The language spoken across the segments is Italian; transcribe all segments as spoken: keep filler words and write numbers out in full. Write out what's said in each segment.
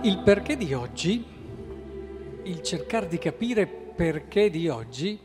Il perché di oggi, il cercare di capire perché di oggi,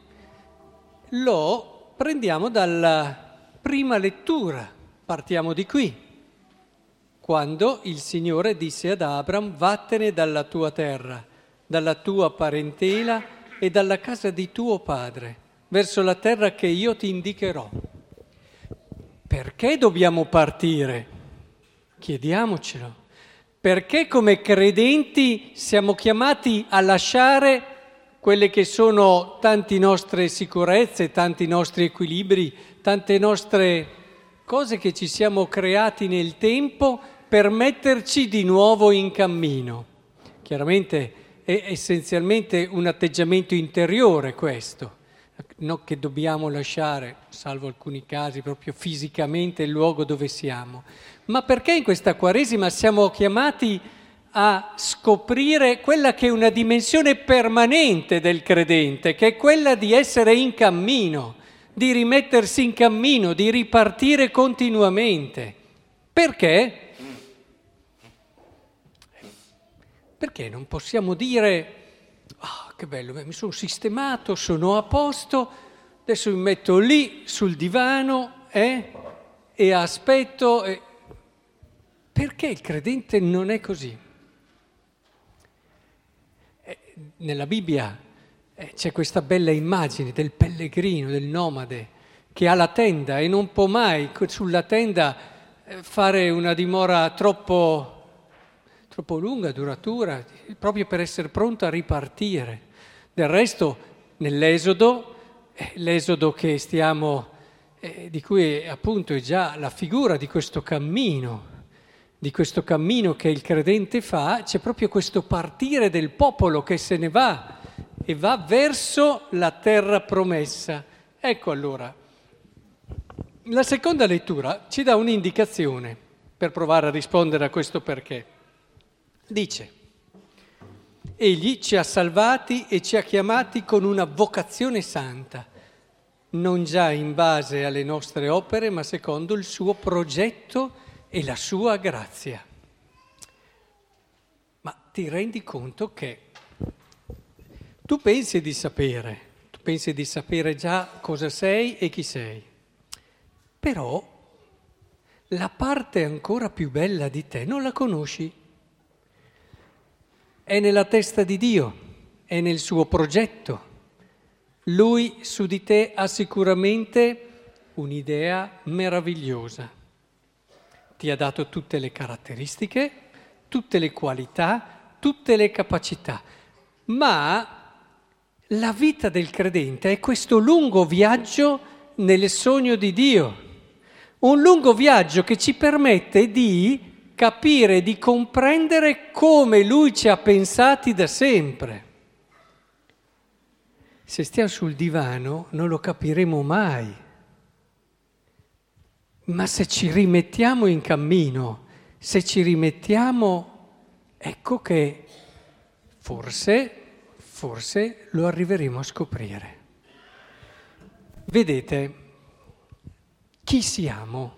lo prendiamo dalla prima lettura, partiamo di qui, quando il Signore disse ad Abram: vattene dalla tua terra, dalla tua parentela e dalla casa di tuo padre, verso la terra che io ti indicherò. Perché dobbiamo partire? Chiediamocelo. Perché come credenti siamo chiamati a lasciare quelle che sono tante nostre sicurezze, tanti nostri equilibri, tante nostre cose che ci siamo creati nel tempo per metterci di nuovo in cammino. Chiaramente è essenzialmente un atteggiamento interiore questo, non che dobbiamo lasciare, salvo alcuni casi, proprio fisicamente il luogo dove siamo, ma perché in questa Quaresima siamo chiamati a scoprire quella che è una dimensione permanente del credente, che è quella di essere in cammino, di rimettersi in cammino, di ripartire continuamente. Perché? Perché non possiamo dire: ah, che bello, mi sono sistemato, sono a posto, adesso mi metto lì sul divano eh, e aspetto. E... Perché il credente non è così? Eh, nella Bibbia eh, c'è questa bella immagine del pellegrino, del nomade, che ha la tenda e non può mai sulla tenda eh, fare una dimora troppo... troppo lunga, duratura, proprio per essere pronto a ripartire. Del resto, nell'Esodo, eh, l'Esodo che stiamo, eh, di cui è, appunto è già la figura di questo cammino, di questo cammino che il credente fa, c'è proprio questo partire del popolo che se ne va e va verso la terra promessa. Ecco allora, la seconda lettura ci dà un'indicazione per provare a rispondere a questo perché. Dice: egli ci ha salvati e ci ha chiamati con una vocazione santa, non già in base alle nostre opere, ma secondo il suo progetto e la sua grazia. Ma ti rendi conto che tu pensi di sapere, tu pensi di sapere già cosa sei e chi sei, però la parte ancora più bella di te non la conosci. È nella testa di Dio, è nel suo progetto. Lui su di te ha sicuramente un'idea meravigliosa. Ti ha dato tutte le caratteristiche, tutte le qualità, tutte le capacità. Ma la vita del credente è questo lungo viaggio nel sogno di Dio. Un lungo viaggio che ci permette di capire, di comprendere come Lui ci ha pensati da sempre. Se stiamo sul divano non lo capiremo mai, ma se ci rimettiamo in cammino, se ci rimettiamo, ecco che forse, forse lo arriveremo a scoprire. Vedete, chi siamo?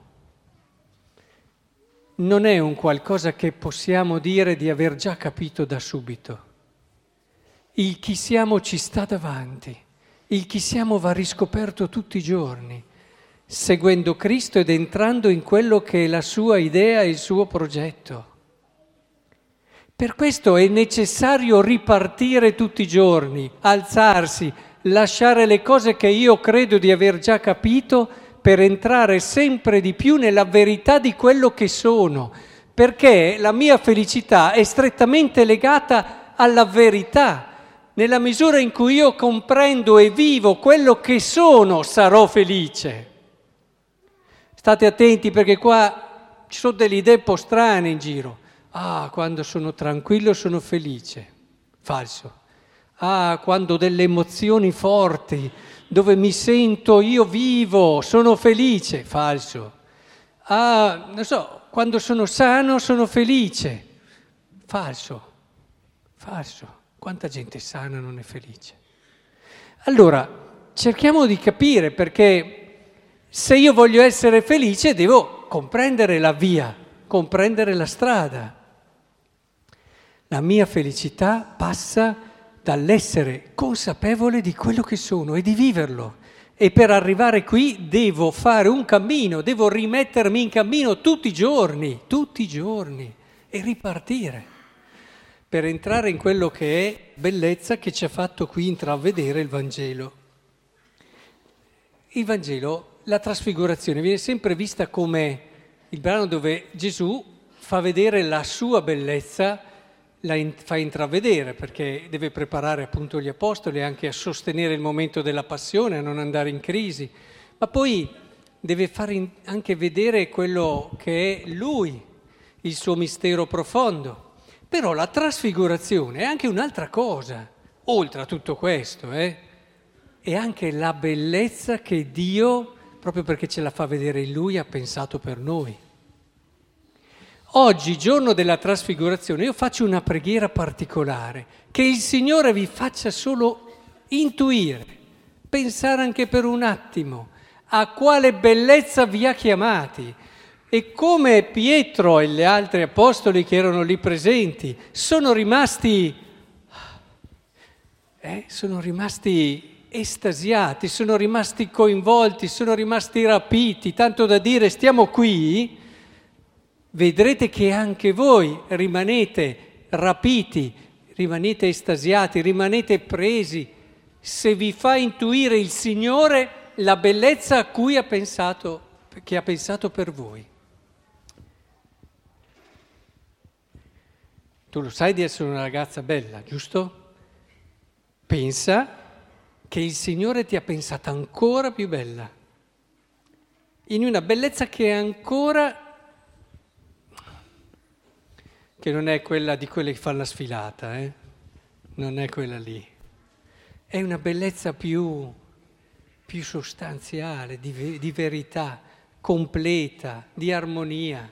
Non è un qualcosa che possiamo dire di aver già capito da subito. Il chi siamo ci sta davanti, il chi siamo va riscoperto tutti i giorni, seguendo Cristo ed entrando in quello che è la sua idea e il suo progetto. Per questo è necessario ripartire tutti i giorni, alzarsi, lasciare le cose che io credo di aver già capito per entrare sempre di più nella verità di quello che sono, perché la mia felicità è strettamente legata alla verità. Nella misura in cui io comprendo e vivo quello che sono, sarò felice. State attenti perché qua ci sono delle idee un po' strane in giro. Ah, quando sono tranquillo sono felice. Falso. Ah, quando ho delle emozioni forti, dove mi sento io vivo, sono felice. Falso. Ah, non so, quando sono sano sono felice. Falso. Falso. Quanta gente sana non è felice? Allora, cerchiamo di capire, perché se io voglio essere felice devo comprendere la via, comprendere la strada. La mia felicità passa dall'essere consapevole di quello che sono e di viverlo. E per arrivare qui devo fare un cammino, devo rimettermi in cammino tutti i giorni, tutti i giorni, e ripartire, per entrare in quello che è bellezza che ci ha fatto qui intravedere il Vangelo. Il Vangelo, la trasfigurazione, viene sempre vista come il brano dove Gesù fa vedere la sua bellezza, la in, fa intravedere, perché deve preparare appunto gli apostoli anche a sostenere il momento della passione, a non andare in crisi, ma poi deve fare in, anche vedere quello che è Lui, il suo mistero profondo. Però la trasfigurazione è anche un'altra cosa, oltre a tutto questo, eh? È anche la bellezza che Dio, proprio perché ce la fa vedere in Lui, ha pensato per noi. Oggi, giorno della trasfigurazione, io faccio una preghiera particolare, che il Signore vi faccia solo intuire, pensare anche per un attimo a quale bellezza vi ha chiamati e come Pietro e gli altri apostoli che erano lì presenti sono rimasti, eh, sono rimasti estasiati, sono rimasti coinvolti, sono rimasti rapiti, tanto da dire stiamo qui. Vedrete che anche voi rimanete rapiti, rimanete estasiati, rimanete presi, se vi fa intuire il Signore la bellezza a cui ha pensato, che ha pensato per voi. Tu lo sai di essere una ragazza bella, giusto? Pensa che il Signore ti ha pensata ancora più bella, in una bellezza che è ancora... che non è quella di quelle che fanno la sfilata, eh? Non è quella lì. È una bellezza più, più sostanziale, di, di verità, completa, di armonia.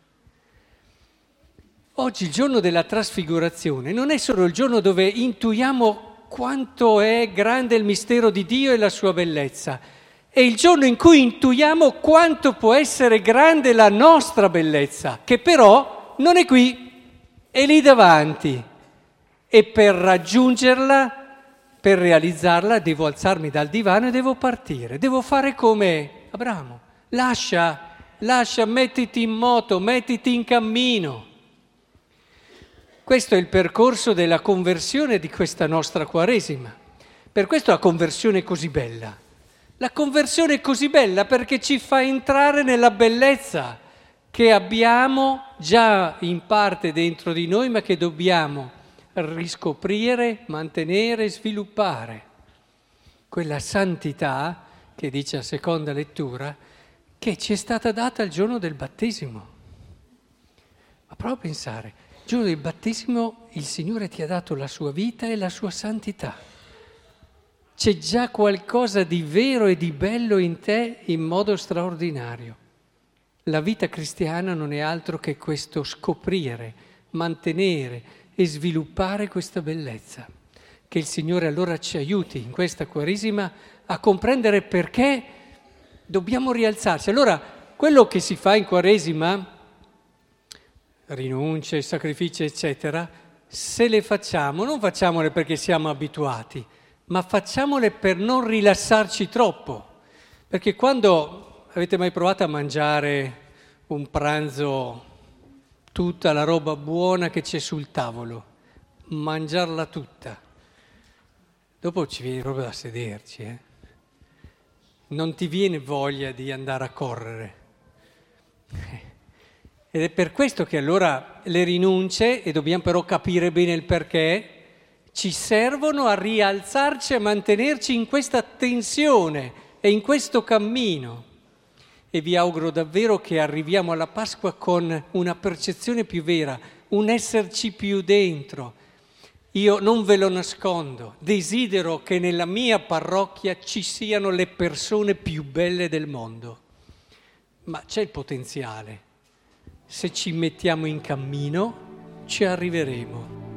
Oggi il giorno della trasfigurazione non è solo il giorno dove intuiamo quanto è grande il mistero di Dio e la sua bellezza, è il giorno in cui intuiamo quanto può essere grande la nostra bellezza, che però non è qui. È lì davanti e per raggiungerla, per realizzarla, devo alzarmi dal divano e devo partire. Devo fare come Abramo. Lascia, lascia, mettiti in moto, mettiti in cammino. Questo è il percorso della conversione di questa nostra Quaresima. Per questo la conversione è così bella. La conversione è così bella perché ci fa entrare nella bellezza che abbiamo già in parte dentro di noi, ma che dobbiamo riscoprire, mantenere, sviluppare. Quella santità, che dice a seconda lettura, che ci è stata data il giorno del battesimo. Ma prova a pensare, il giorno del battesimo il Signore ti ha dato la sua vita e la sua santità. C'è già qualcosa di vero e di bello in te in modo straordinario. La vita cristiana non è altro che questo scoprire, mantenere e sviluppare questa bellezza. Che il Signore allora ci aiuti in questa Quaresima a comprendere perché dobbiamo rialzarci. Allora, quello che si fa in Quaresima, rinunce, sacrifici, eccetera, se le facciamo, non facciamole perché siamo abituati, ma facciamole per non rilassarci troppo. Perché quando... Avete mai provato a mangiare un pranzo, tutta la roba buona che c'è sul tavolo? Mangiarla tutta. Dopo ci viene proprio da sederci, eh? Non ti viene voglia di andare a correre. Ed è per questo che allora le rinunce, e dobbiamo però capire bene il perché, ci servono a rialzarci, a mantenerci in questa tensione e in questo cammino. E vi auguro davvero che arriviamo alla Pasqua con una percezione più vera, un esserci più dentro. Io non ve lo nascondo, desidero che nella mia parrocchia ci siano le persone più belle del mondo. Ma c'è il potenziale. Se ci mettiamo in cammino, ci arriveremo.